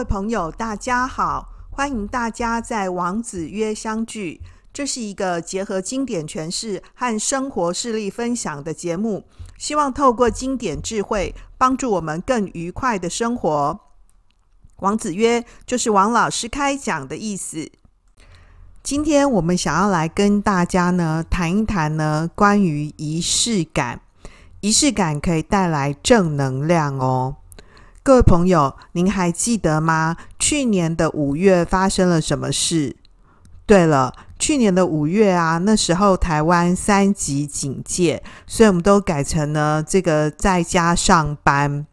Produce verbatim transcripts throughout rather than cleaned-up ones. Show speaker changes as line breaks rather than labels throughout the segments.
位朋友大家好，欢迎大家在王子约相聚。这是一个结合经典诠释和生活事例分享的节目，希望透过经典智慧帮助我们更愉快的生活。王子约就是王老师开讲的意思。今天我们想要来跟大家呢谈一谈呢关于仪式感。仪式感可以带来正能量哦。各位朋友，您还记得吗？去年的五月发生了什么事？对了，去年的五月啊，那时候台湾三级警戒，所以我们都改成了这个在家上班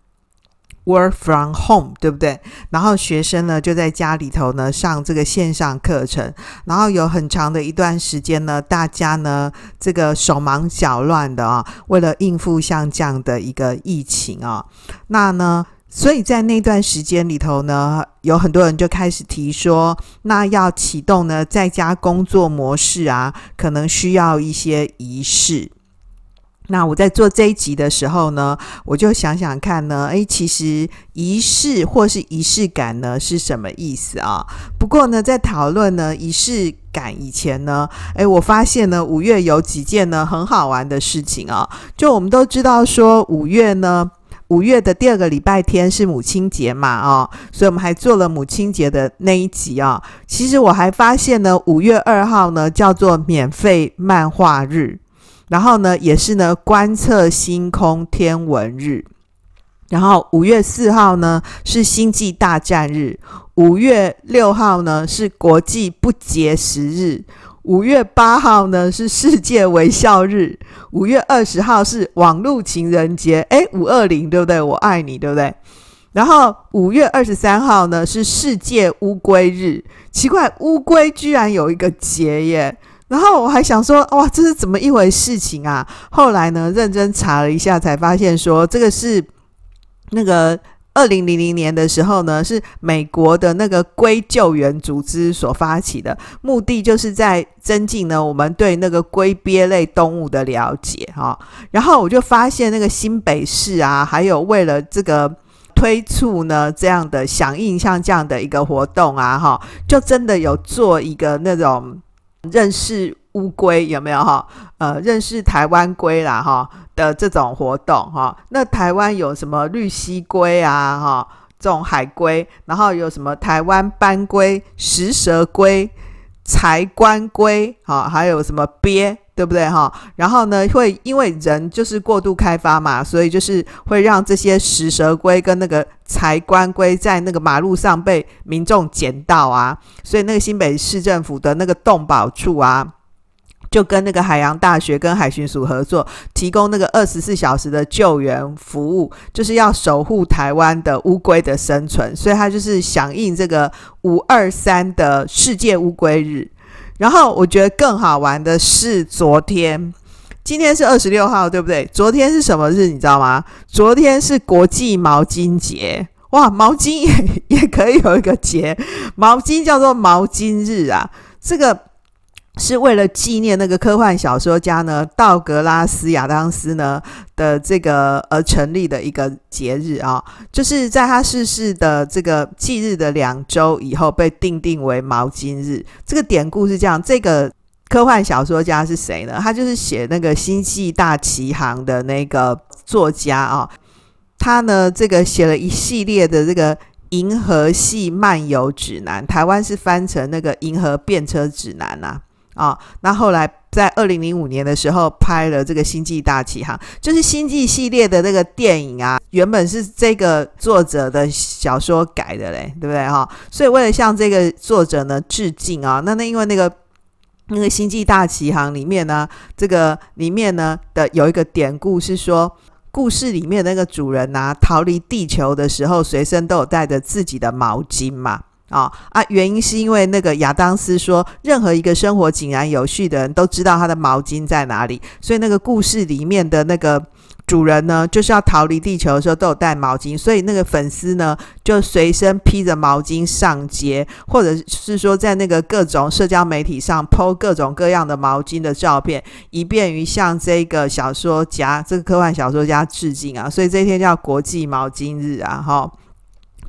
work from home， 对不对？然后学生呢就在家里头呢上这个线上课程，然后有很长的一段时间呢，大家呢这个手忙脚乱的啊，为了应付像这样的一个疫情啊，那呢所以在那段时间里头呢，有很多人就开始提说，那要启动呢在家工作模式啊，可能需要一些仪式。那我在做这一集的时候呢，我就想想看呢，诶，其实仪式或是仪式感呢是什么意思啊？不过呢，在讨论呢仪式感以前呢，诶，我发现呢五月有几件呢很好玩的事情啊。就我们都知道说五月呢五月的第二个礼拜天是母亲节嘛，哦，所以我们还做了母亲节的那一集啊。其实我还发现呢，五月二号呢叫做免费漫画日，然后呢也是呢观测星空天文日，然后五月四号呢是星际大战日，五月六号呢是国际不节食日，五月八号呢是世界微笑日，五月二十号是网络情人节，诶五二零对不对？我爱你对不对？然后五月二十三号呢是世界乌龟日，奇怪，乌龟居然有一个节耶。然后我还想说，哇，这是怎么一回事情啊？后来呢认真查了一下，才发现说这个是那个二零零零年的时候呢，是美国的那个龟救援组织所发起的，目的就是在增进呢我们对那个龟鳖类动物的了解，哦，然后我就发现那个新北市啊，还有为了这个推促呢这样的响应像这样的一个活动啊，哦，就真的有做一个那种认识乌龟有没有哈？呃，认识台湾龟啦哈的这种活动哈。那台湾有什么绿蜥龟啊哈，这种海龟，然后有什么台湾斑龟、石蛇龟、柴棺龟哈，还有什么鳖，对不对哈？然后呢，会因为人就是过度开发嘛，所以就是会让这些石蛇龟跟那个柴棺龟在那个马路上被民众捡到啊，所以那个新北市政府的那个动保处啊，就跟那个海洋大学跟海巡署合作，提供那个二十四小时的救援服务，就是要守护台湾的乌龟的生存，所以它就是响应这个五二三的世界乌龟日。然后我觉得更好玩的是昨天，今天是二十六号对不对？昨天是什么日你知道吗？昨天是国际毛巾节。哇，毛巾 也, 也可以有一个节，毛巾叫做毛巾日啊。这个是为了纪念那个科幻小说家呢道格拉斯亚当斯呢的这个而成立的一个节日啊，就是在他逝世的这个忌日的两周以后被定定为毛巾日。这个典故是这样，这个科幻小说家是谁呢？他就是写那个星际大奇航的那个作家啊，他呢这个写了一系列的这个银河系漫游指南，台湾是翻成那个银河便车指南啊。哦，那后来在二零零五年的时候拍了这个星际大奇航，就是星际系列的那个电影啊，原本是这个作者的小说改的嘞，对不对哈？所以为了向这个作者呢致敬啊，那那因为那个那个星际大奇航里面呢，这个里面呢的有一个典故是说，故事里面的那个主人啊逃离地球的时候，随身都有带着自己的毛巾嘛。哦、啊，原因是因为那个亚当斯说，任何一个生活井然有序的人都知道他的毛巾在哪里，所以那个故事里面的那个主人呢，就是要逃离地球的时候都有带毛巾，所以那个粉丝呢就随身披着毛巾上街，或者是说在那个各种社交媒体上 po 各种各样的毛巾的照片，以便于向这个小说家这个科幻小说家致敬啊，所以这一天叫国际毛巾日啊。齁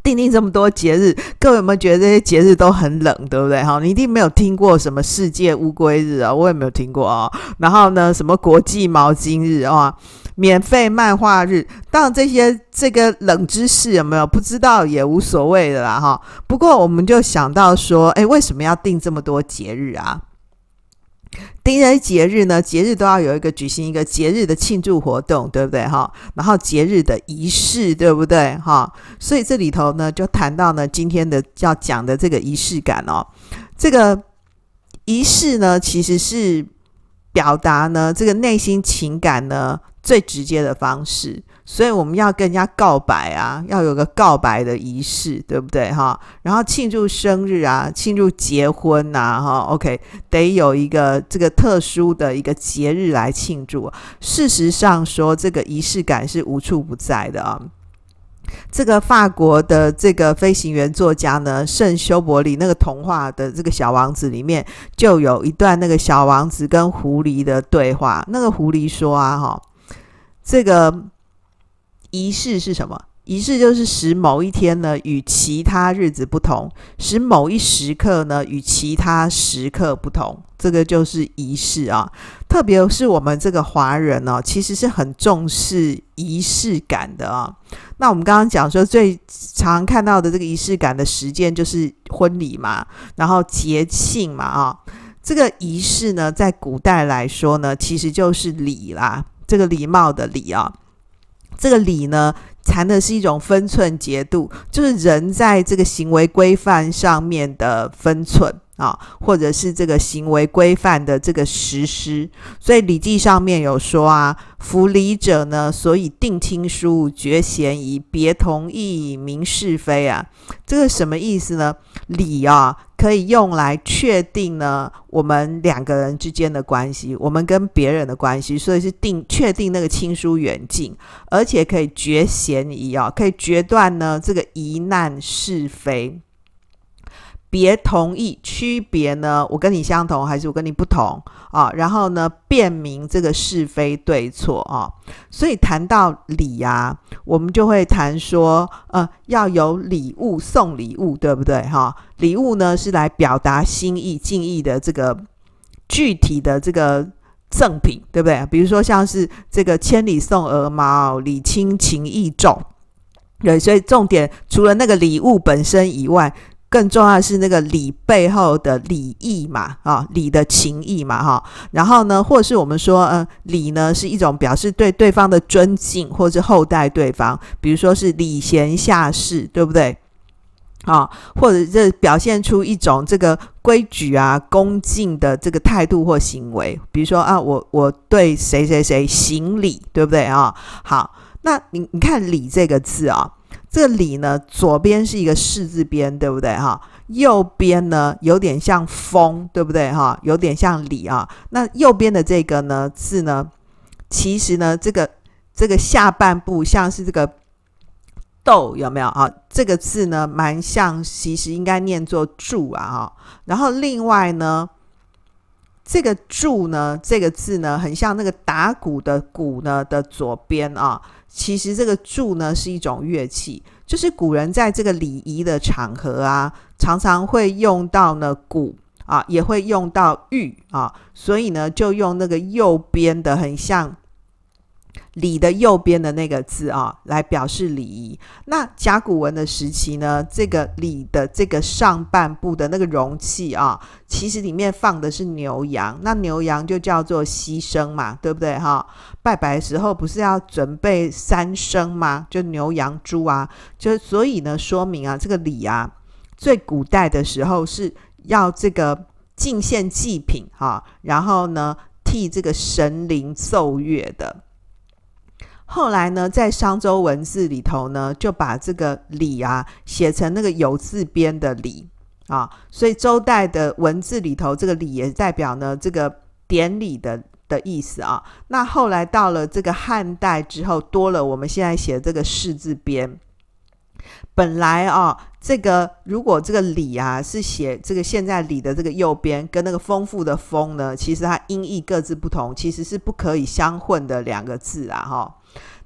定定这么多节日，各位有没有觉得这些节日都很冷，对不对？你一定没有听过什么世界乌龟日啊，我也没有听过啊。然后呢，什么国际毛巾日啊，免费漫画日，当然这些这个冷知识有没有不知道也无所谓的啦哈。不过我们就想到说，哎，为什么要定这么多节日啊？定这些节日呢，节日都要有一个举行一个节日的庆祝活动，对不对哈？然后节日的仪式，对不对哈？所以这里头呢，就谈到呢今天的要讲的这个仪式感哦。这个仪式呢，其实是表达呢这个内心情感呢最直接的方式，所以我们要跟人家告白啊，要有个告白的仪式，对不对哈？然后庆祝生日啊，庆祝结婚啊哈 OK， 得有一个这个特殊的一个节日来庆祝。事实上说，这个仪式感是无处不在的啊。这个法国的这个飞行员作家呢，圣修伯里那个童话的这个小王子里面，就有一段那个小王子跟狐狸的对话。那个狐狸说啊哈，这个仪式是什么？仪式就是使某一天呢与其他日子不同，使某一时刻呢与其他时刻不同，这个就是仪式啊。特别是我们这个华人哦，其实是很重视仪式感的啊。那我们刚刚讲说最常看到的这个仪式感的实践就是婚礼嘛，然后节庆嘛啊。这个仪式呢，在古代来说呢，其实就是礼啦，这个礼貌的礼啊。这个礼呢，谈的是一种分寸节度，就是人在这个行为规范上面的分寸啊，或者是这个行为规范的这个实施。所以礼记上面有说啊，夫礼者呢，所以定亲疏，决嫌疑，别同意，明是非啊。这个什么意思呢？礼啊，可以用来确定呢我们两个人之间的关系，我们跟别人的关系，所以是定确定那个亲疏远近，而且可以决嫌疑啊，可以决断呢这个疑难是非。别同意，区别呢我跟你相同还是我跟你不同啊，然后呢辨明这个是非对错啊。所以谈到礼啊，我们就会谈说呃要有礼物，送礼物，对不对哈？礼物呢是来表达心意敬意的这个具体的这个赠品，对不对？比如说像是这个千里送鹅毛，礼轻情意重。对，所以重点除了那个礼物本身以外，更重要的是那个礼背后的礼义嘛，啊，礼的情义嘛，哈。然后呢，或者是我们说，嗯，礼呢是一种表示对对方的尊敬，或者是厚待对方，比如说是礼贤下士，对不对？啊，或者这表现出一种这个规矩啊、恭敬的这个态度或行为，比如说啊，我我对谁谁谁行礼，对不对啊？好，那你你看礼这个字啊。这个礼呢，左边是一个士字边，对不对哈？右边呢有点像风，对不对哈？有点像礼啊。那右边的这个呢字呢，其实呢这个这个下半部像是这个斗，有没有啊？这个字呢蛮像，其实应该念作祝啊哈。然后另外呢，这个祝呢这个字呢很像那个打鼓的鼓呢的左边啊。其实这个祝呢是一种乐器，就是古人在这个礼仪的场合啊，常常会用到呢鼓啊，也会用到玉啊，所以呢就用那个右边的很像礼的右边的那个字啊，来表示礼仪。那甲骨文的时期呢，这个礼的这个上半部的那个容器啊，其实里面放的是牛羊，那牛羊就叫做牺牲嘛，对不对哈？拜拜的时候不是要准备三牲吗？就牛羊猪啊，就所以呢，说明啊，这个礼啊，最古代的时候是要这个进献祭品哈，然后呢替这个神灵奏乐的。后来呢，在商周文字里头呢，就把这个礼啊写成那个有字边的礼啊，所以周代的文字里头，这个礼也代表呢这个典礼的的意思啊。那后来到了这个汉代之后，多了我们现在写的这个士字边。本来啊，这个如果这个礼啊是写这个现在礼的这个右边，跟那个丰富的丰呢，其实它音译各自不同，其实是不可以相混的两个字啊哈。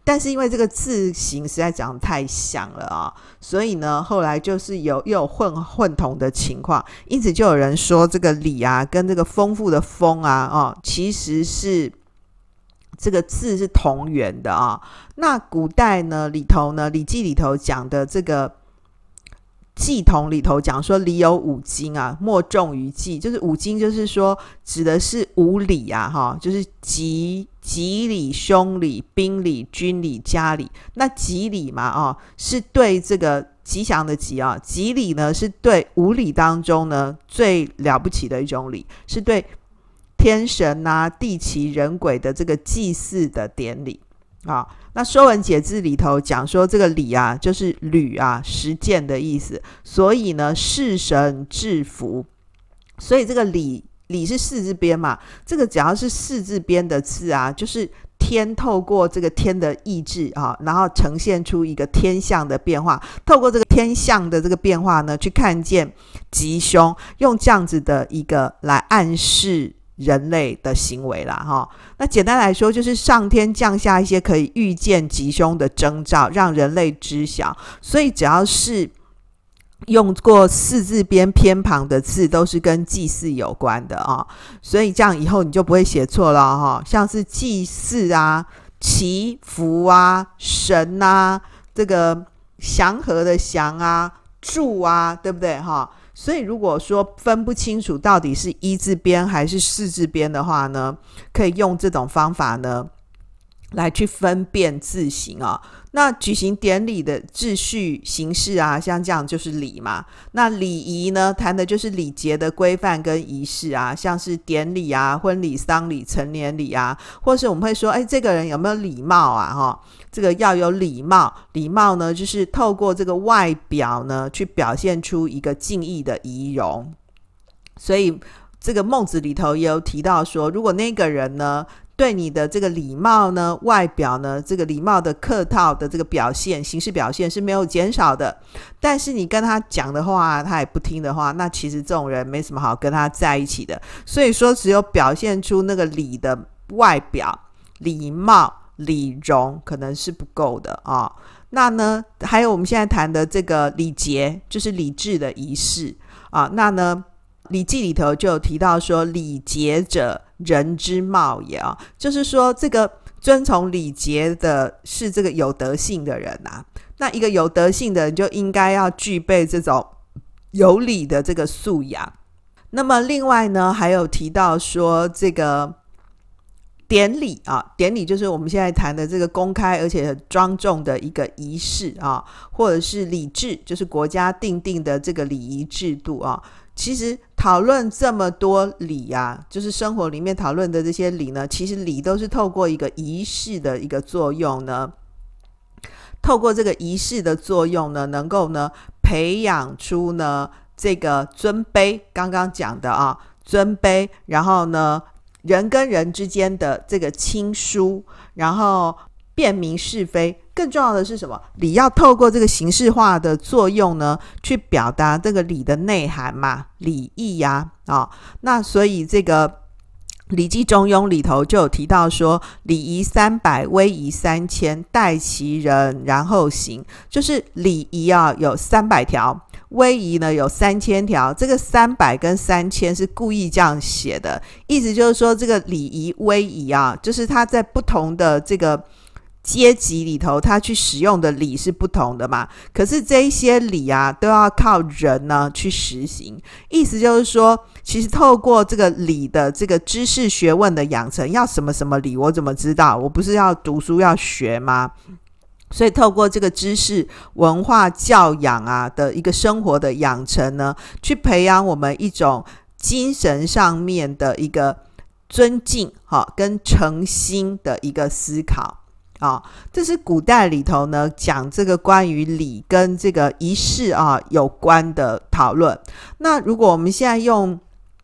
但是因为这个字形实在长得太像了啊，所以呢后来就是有又有混混同的情况，因此就有人说这个礼啊跟这个丰富的丰啊、哦、其实是这个字是同源的啊。那古代呢里头呢《礼记》里头讲的这个祭统里头讲说礼有五经啊，莫重于祭，就是五经就是说指的是五礼啊，哈，就是吉吉礼、凶礼、兵礼、军礼、家礼。那吉礼嘛，哦，是对这个吉祥的吉啊，吉礼呢是对五礼当中呢最了不起的一种礼，是对天神啊、地奇、人鬼的这个祭祀的典礼啊。那《说文解字》里头讲说这个礼啊就是履啊，实践的意思，所以呢事神制服，所以这个礼礼是四字边嘛，这个只要是四字边的字啊，就是天透过这个天的意志啊，然后呈现出一个天象的变化，透过这个天象的这个变化呢去看见吉凶，用这样子的一个来暗示人类的行为啦哈。那简单来说就是上天降下一些可以预见吉凶的征兆，让人类知晓，所以只要是用过四字边偏旁的字都是跟祭祀有关的啊，所以这样以后你就不会写错了哈。像是祭祀啊、祈福啊、神啊、这个祥和的祥啊、祝啊，对不对哈？所以如果说分不清楚到底是一字边还是四字边的话呢，可以用这种方法呢来去分辨字形啊。那举行典礼的秩序形式啊，像这样就是礼嘛。那礼仪呢，谈的就是礼节的规范跟仪式啊，像是典礼啊、婚礼、丧礼、成年礼啊，或是我们会说，哎，这个人有没有礼貌啊？哈，这个要有礼貌。礼貌呢，就是透过这个外表呢，去表现出一个敬意的仪容。所以这个孟子里头也有提到说，如果那个人呢对你的这个礼貌呢，外表呢，这个礼貌的客套的这个表现，形式表现是没有减少的，但是你跟他讲的话他也不听的话，那其实这种人没什么好跟他在一起的。所以说只有表现出那个礼的外表、礼貌、礼容可能是不够的啊。那呢还有我们现在谈的这个礼节，就是礼制的仪式啊。那呢礼记里头就有提到说，礼节者人之貌也啊，就是说这个遵从礼节的是这个有德性的人啊。那一个有德性的人就应该要具备这种有礼的这个素养。那么另外呢还有提到说这个典礼啊，典礼就是我们现在谈的这个公开而且很庄重的一个仪式啊，或者是礼制，就是国家定定的这个礼仪制度啊。其实讨论这么多礼啊，就是生活里面讨论的这些礼呢，其实礼都是透过一个仪式的一个作用呢，透过这个仪式的作用呢，能够呢培养出呢这个尊卑，刚刚讲的啊，尊卑，然后呢人跟人之间的这个亲疏，然后辨明是非。更重要的是什么？礼要透过这个形式化的作用呢，去表达这个礼的内涵嘛，礼义呀、啊哦、那所以这个礼记中庸里头就有提到说，礼仪三百，威仪三千，待其人然后行。就是礼仪啊有三百条，威仪呢有三千条。这个三百跟三千是故意这样写的，意思就是说这个礼仪威仪啊，就是它在不同的这个阶级里头他去使用的礼是不同的嘛，可是这一些礼啊都要靠人呢去实行。意思就是说，其实透过这个礼的这个知识学问的养成，要什么什么礼我怎么知道？我不是要读书要学吗？所以透过这个知识文化教养啊的一个生活的养成呢，去培养我们一种精神上面的一个尊敬、哦、跟诚心的一个思考啊，这是古代里头呢讲这个关于礼跟这个仪式啊有关的讨论。那如果我们现在用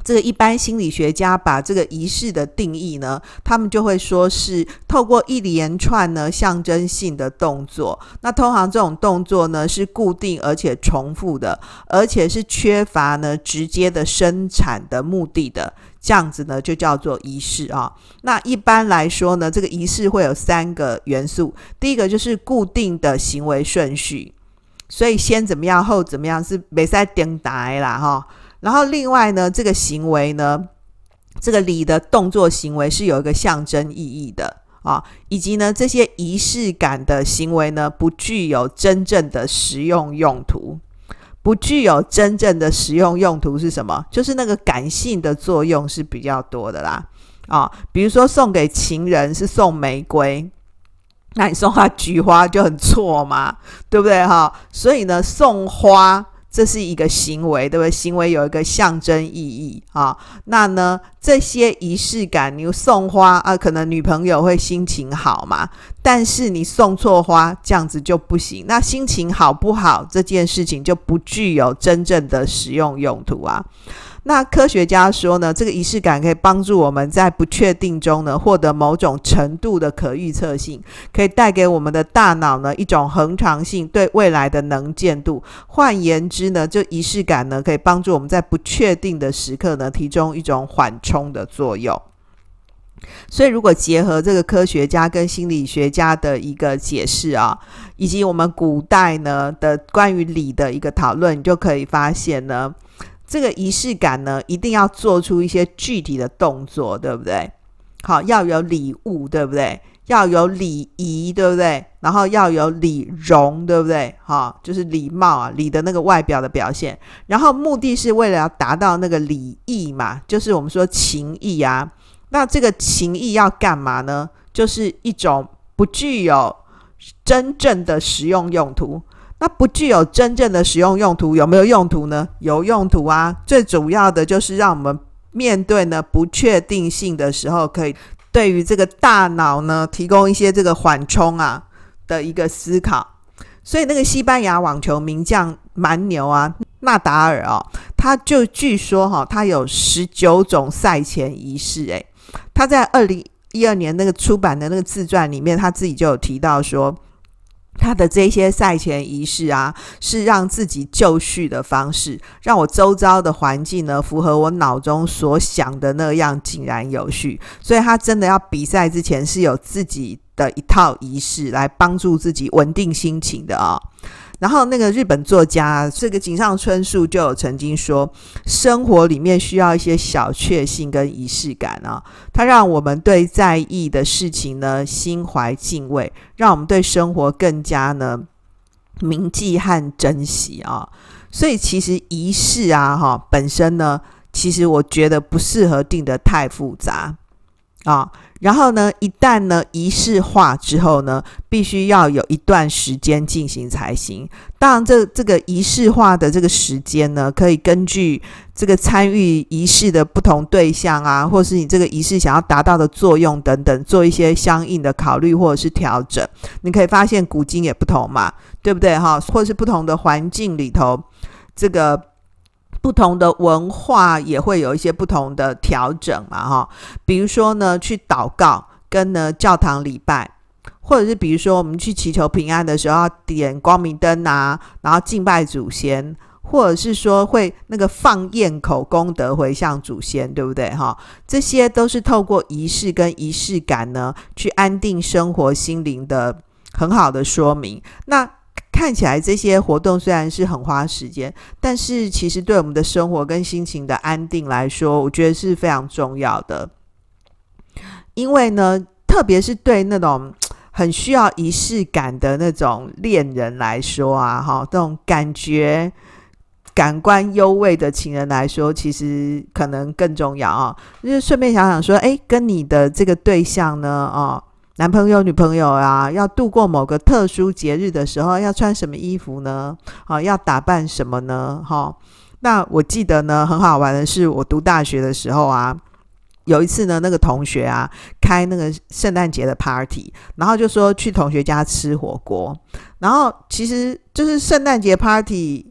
这个一般心理学家把这个仪式的定义呢，他们就会说是透过一连串呢象征性的动作，那通常这种动作呢是固定而且重复的，而且是缺乏呢直接的生产的目的的，这样子呢就叫做仪式啊。那一般来说呢，这个仪式会有三个元素，第一个就是固定的行为顺序，所以先怎么样后怎么样是不可以颠倒的啦哈。然后另外呢，这个行为呢，这个礼的动作行为是有一个象征意义的啊，以及呢这些仪式感的行为呢，不具有真正的实用用途。不具有真正的实用用途是什么？就是那个感性的作用是比较多的啦啊，比如说送给情人是送玫瑰，那你送他菊花就很错嘛，对不对哈？所以呢，送花这是一个行为，对不对？行为有一个象征意义啊。那呢，这些仪式感，你送花啊，可能女朋友会心情好嘛，但是你送错花，这样子就不行。那心情好不好这件事情就不具有真正的实用用途啊。那科学家说呢，这个仪式感可以帮助我们在不确定中呢获得某种程度的可预测性，可以带给我们的大脑呢一种恒常性对未来的能见度。换言之呢，就仪式感呢可以帮助我们在不确定的时刻呢提供一种缓冲的作用。所以如果结合这个科学家跟心理学家的一个解释啊，以及我们古代呢的关于礼的一个讨论，你就可以发现呢，这个仪式感呢一定要做出一些具体的动作，对不对？好，要有礼物，对不对？要有礼仪，对不对？然后要有礼容，对不对？好，就是礼貌啊，礼的那个外表的表现。然后目的是为了要达到那个礼义嘛，就是我们说情义啊。那这个情义要干嘛呢？就是一种不具有真正的实用用途。那不具有真正的实用用途，有没有用途呢？有用途啊，最主要的就是让我们面对呢不确定性的时候，可以对于这个大脑呢提供一些这个缓冲啊的一个思考。所以那个西班牙网球名将蛮牛啊，纳达尔哦，他就据说哈、哦，他有十九种赛前仪式。诶，他在二零一二年那个出版的那个自传里面，他自己就有提到说，他的这些赛前仪式啊，是让自己就绪的方式，让我周遭的环境呢符合我脑中所想的那样井然有序。所以他真的要比赛之前是有自己的一套仪式来帮助自己稳定心情的啊、哦。然后那个日本作家这个井上春树就有曾经说，生活里面需要一些小确幸跟仪式感啊，它让我们对在意的事情呢心怀敬畏，让我们对生活更加呢铭记和珍惜啊。所以其实仪式啊哈本身呢，其实我觉得不适合定得太复杂啊。然后呢，一旦呢仪式化之后呢，必须要有一段时间进行才行。当然这这个仪式化的这个时间呢，可以根据这个参与仪式的不同对象啊，或是你这个仪式想要达到的作用等等，做一些相应的考虑或者是调整。你可以发现古今也不同嘛，对不对哈？或是不同的环境里头，这个不同的文化也会有一些不同的调整嘛哈。比如说呢，去祷告跟呢教堂礼拜，或者是比如说我们去祈求平安的时候要点光明灯啊，然后敬拜祖先，或者是说会那个放焰口功德回向祖先，对不对哈？这些都是透过仪式跟仪式感呢，去安定生活心灵的很好的说明。那看起来这些活动虽然是很花时间，但是其实对我们的生活跟心情的安定来说，我觉得是非常重要的。因为呢，特别是对那种很需要仪式感的那种恋人来说啊，哈，这种感觉感官优味的情人来说，其实可能更重要啊。就是顺便想想说，哎，跟你的这个对象呢，哦，男朋友女朋友啊，要度过某个特殊节日的时候，要穿什么衣服呢？啊，要打扮什么呢？哈，那我记得呢，很好玩的是，我读大学的时候啊，有一次呢，那个同学啊，开那个圣诞节的 party， 然后就说去同学家吃火锅，然后其实就是圣诞节 party，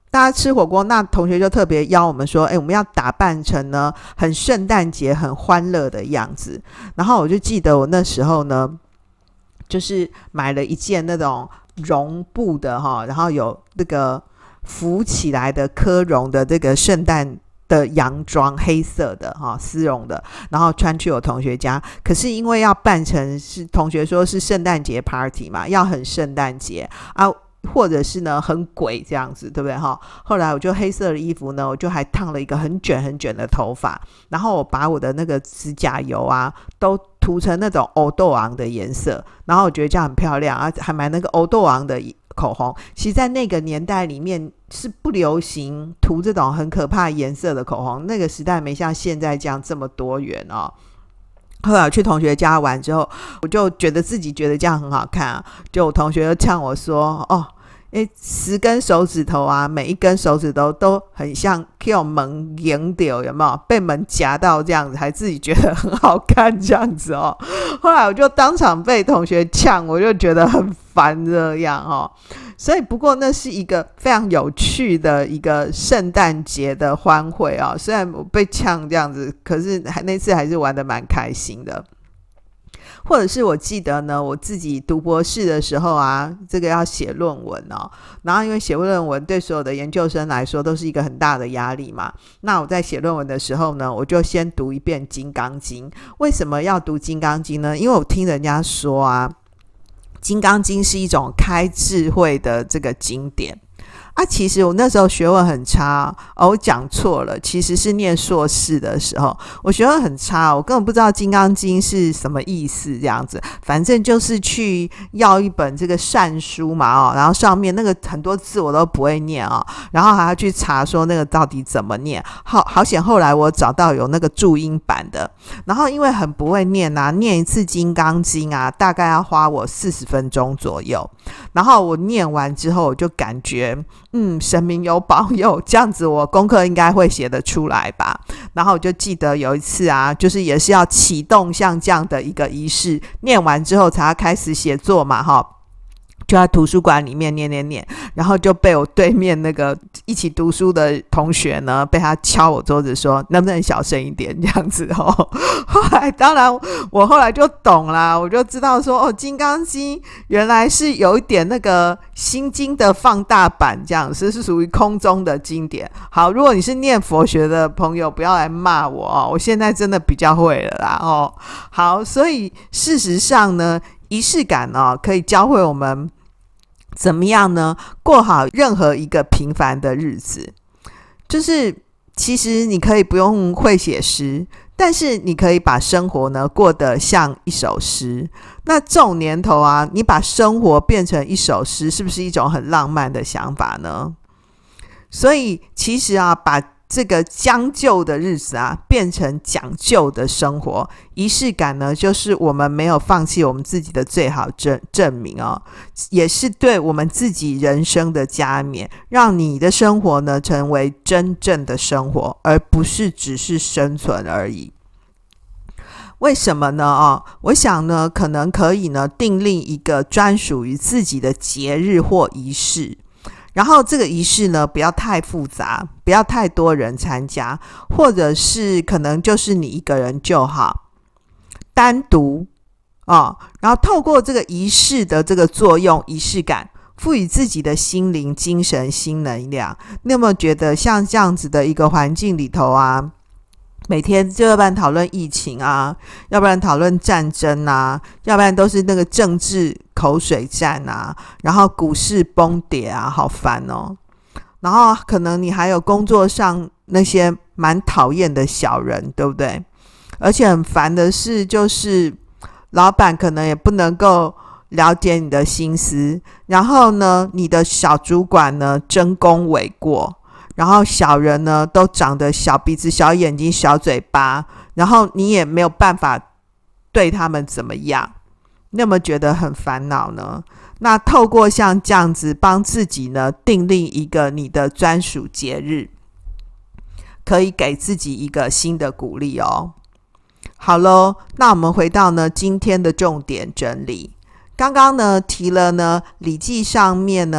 大家吃火锅，那同学就特别邀我们说，哎，我们要打扮成呢很圣诞节很欢乐的样子。然后我就记得我那时候呢就是买了一件那种绒布的哈，然后有那个浮起来的科绒的这个圣诞的洋装，黑色的哈，丝绒的，然后穿去我同学家。可是因为要扮成是同学说是圣诞节 party 嘛，要很圣诞节啊，或者是呢很鬼这样子，对不对哈？后来我就黑色的衣服呢，我就还烫了一个很卷很卷的头发，然后我把我的那个指甲油啊都涂成那种欧豆昂的颜色，然后我觉得这样很漂亮啊，还买那个欧豆昂的口红。其实在那个年代里面是不流行涂这种很可怕颜色的口红，那个时代没像现在这样这么多元哦。后来我去同学家玩之后，我就觉得自己觉得这样很好看啊，就我同学就呛我说，哦，诶，十根手指头啊，每一根手指头都很像被门赢掉，有没有？被门夹到这样子，还自己觉得很好看这样子哦。后来我就当场被同学呛，我就觉得很烦这样哦。所以不过那是一个非常有趣的一个圣诞节的欢会哦。虽然我被呛这样子，可是那次还是玩得蛮开心的。或者是我记得呢，我自己读博士的时候啊，这个要写论文哦，然后因为写论文对所有的研究生来说都是一个很大的压力嘛，那我在写论文的时候呢，我就先读一遍《金刚经》。为什么要读《金刚经》呢？因为我听人家说啊，《金刚经》是一种开智慧的这个经典啊。其实我那时候学问很差哦，我讲错了，其实是念硕士的时候，我学问很差，我根本不知道《金刚经》是什么意思这样子。反正就是去要一本这个善书嘛哦，然后上面那个很多字我都不会念哦，然后还要去查说那个到底怎么念。好好险，后来我找到有那个注音版的，然后因为很不会念啊，念一次《金刚经》啊，大概要花我四十分钟左右。然后我念完之后，我就感觉嗯，神明有保佑，这样子我功课应该会写得出来吧。然后我就记得有一次啊，就是也是要启动像这样的一个仪式，念完之后才要开始写作嘛齁，就在图书馆里面念念念，然后就被我对面那个一起读书的同学呢，被他敲我桌子说能不能小声一点这样子哦。后来当然我后来就懂啦，我就知道说哦，金刚经原来是有一点那个心经的放大版，这样是是属于空中的经典。好，如果你是念佛学的朋友不要来骂我哦，我现在真的比较会了啦哦。好，所以事实上呢，仪式感哦可以教会我们怎么样呢？过好任何一个平凡的日子。就是其实你可以不用会写诗，但是你可以把生活呢过得像一首诗。那这种年头啊，你把生活变成一首诗，是不是一种很浪漫的想法呢？所以其实啊，把这个将就的日子啊变成讲究的生活，仪式感呢就是我们没有放弃我们自己的最好证证明哦，也是对我们自己人生的加冕，让你的生活呢成为真正的生活，而不是只是生存而已。为什么呢？哦，我想呢可能可以呢订立一个专属于自己的节日或仪式，然后这个仪式呢不要太复杂，不要太多人参加，或者是可能就是你一个人就好，单独哦，然后透过这个仪式的这个作用，仪式感赋予自己的心灵、精神、新能量。你有没有觉得像这样子的一个环境里头啊，每天就要不然讨论疫情啊，要不然讨论战争啊，要不然都是那个政治口水战啊，然后股市崩跌啊，好烦哦。然后可能你还有工作上那些蛮讨厌的小人，对不对？而且很烦的是，就是老板可能也不能够了解你的心思，然后呢，你的小主管呢争功诿过，然后小人呢都长得小鼻子、小眼睛、小嘴巴，然后你也没有办法对他们怎么样，你有没有觉得很烦恼呢？那透过像这样子帮自己呢订立一个你的专属节日，可以给自己一个新的鼓励哦。好咯，那我们回到呢今天的重点整理。刚刚呢提了呢《礼记》上面呢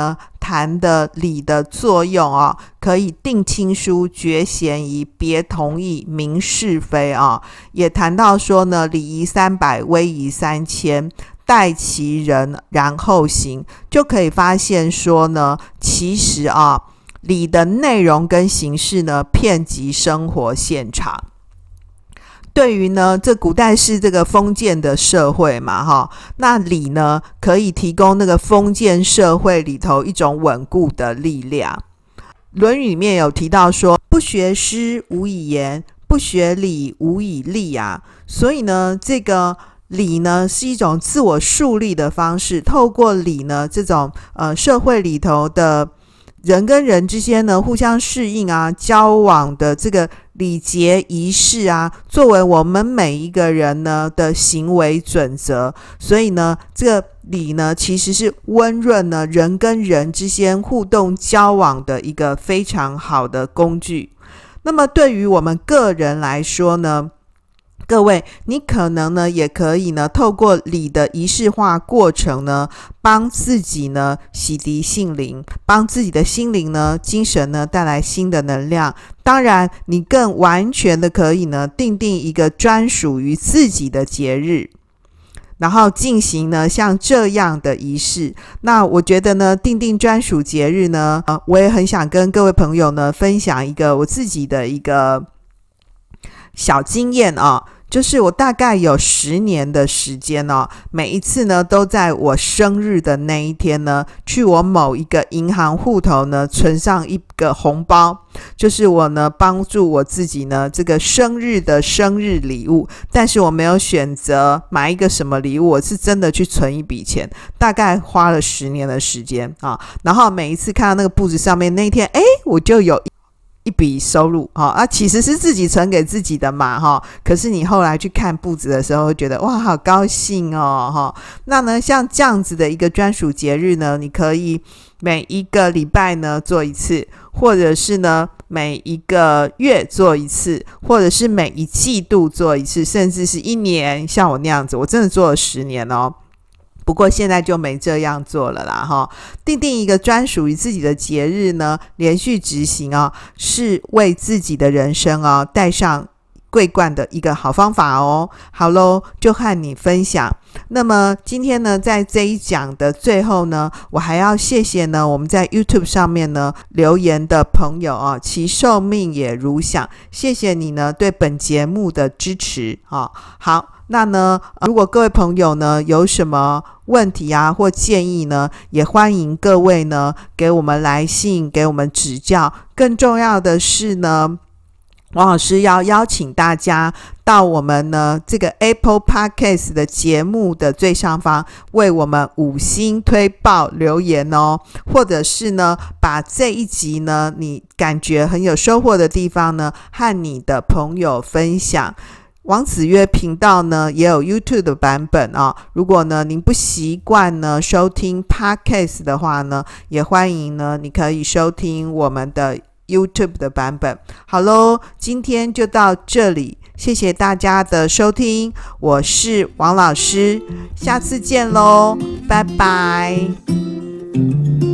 谈的礼的作用啊，可以定亲疏、决嫌疑、别同意、明是非啊。也谈到说呢，礼仪三百，威仪三千，待其人然后行，就可以发现说呢，其实啊，礼的内容跟形式呢，遍及生活现场。对于呢，这古代是这个封建的社会嘛，哈，那礼呢可以提供那个封建社会里头一种稳固的力量。论语里面有提到说，不学诗，无以言；不学礼，无以立啊。所以呢，这个礼呢是一种自我树立的方式，透过礼呢，这种呃社会里头的人跟人之间呢互相适应啊，交往的这个礼节仪式啊，作为我们每一个人呢的行为准则。所以呢，这个礼呢其实是温润呢人跟人之间互动交往的一个非常好的工具。那么对于我们个人来说呢，各位，你可能呢也可以呢透过礼的仪式化过程呢，帮自己呢洗涤心灵，帮自己的心灵呢精神呢带来新的能量。当然你更完全的可以呢订定一个专属于自己的节日，然后进行呢像这样的仪式。那我觉得呢订定专属节日呢、呃、我也很想跟各位朋友呢分享一个我自己的一个小经验啊，就是我大概有十年的时间哦，每一次呢都在我生日的那一天呢，去我某一个银行户头呢存上一个红包，就是我呢帮助我自己呢这个生日的生日礼物。但是我没有选择买一个什么礼物，我是真的去存一笔钱，大概花了十年的时间啊。然后每一次看到那个簿子上面，那一天哎，我就有一笔收入、哦、啊，其实是自己存给自己的嘛、哦、可是你后来去看簿子的时候会觉得哇好高兴哦、哦那呢像这样子的一个专属节日呢，你可以每一个礼拜呢做一次，或者是呢每一个月做一次，或者是每一季度做一次，甚至是一年。像我那样子，我真的做了十年哦，不过现在就没这样做了啦哈。订定一个专属于自己的节日呢，连续执行哦，是为自己的人生哦带上桂冠的一个好方法哦。好咯，就和你分享。那么今天呢，在这一讲的最后呢，我还要谢谢呢我们在 YouTube 上面呢留言的朋友啊，其寿命也如响，谢谢你呢对本节目的支持啊。好。那呢，如果各位朋友呢有什么问题啊或建议呢，也欢迎各位呢给我们来信，给我们指教。更重要的是呢，王老师要邀请大家到我们呢这个 Apple Podcast 的节目的最上方为我们五星推爆留言哦，或者是呢把这一集呢你感觉很有收获的地方呢和你的朋友分享。王子曰频道呢也有 YouTube 的版本啊、哦，如果呢您不习惯呢收听 Podcast 的话呢，也欢迎呢你可以收听我们的 YouTube 的版本。好咯，今天就到这里，谢谢大家的收听，我是王老师，下次见咯，拜拜。